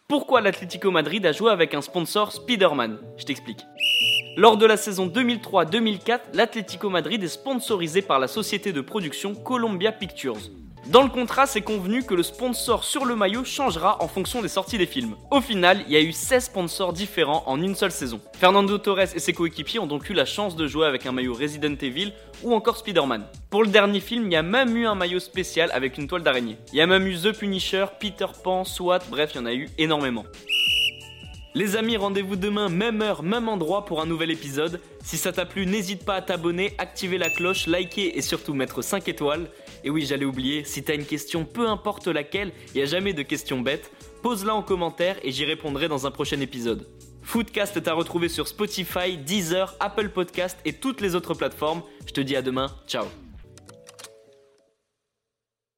Pourquoi l'Atlético Madrid a joué avec un sponsor Spider-Man ? Je t'explique. Lors de la saison 2003-2004, l'Atlético Madrid est sponsorisé par la société de production Columbia Pictures. Dans le contrat, c'est convenu que le sponsor sur le maillot changera en fonction des sorties des films. Au final, il y a eu 16 sponsors différents en une seule saison. Fernando Torres et ses coéquipiers ont donc eu la chance de jouer avec un maillot Resident Evil ou encore Spider-Man. Pour le dernier film, il y a même eu un maillot spécial avec une toile d'araignée. Il y a même eu The Punisher, Peter Pan, SWAT, bref, il y en a eu énormément. Les amis, rendez-vous demain, même heure, même endroit pour un nouvel épisode. Si ça t'a plu, n'hésite pas à t'abonner, activer la cloche, liker et surtout mettre 5 étoiles. Et oui, j'allais oublier, si t'as une question, peu importe laquelle, il n'y a jamais de questions bêtes, pose-la en commentaire et j'y répondrai dans un prochain épisode. Footcast est à retrouver sur Spotify, Deezer, Apple Podcast et toutes les autres plateformes. Je te dis à demain, ciao.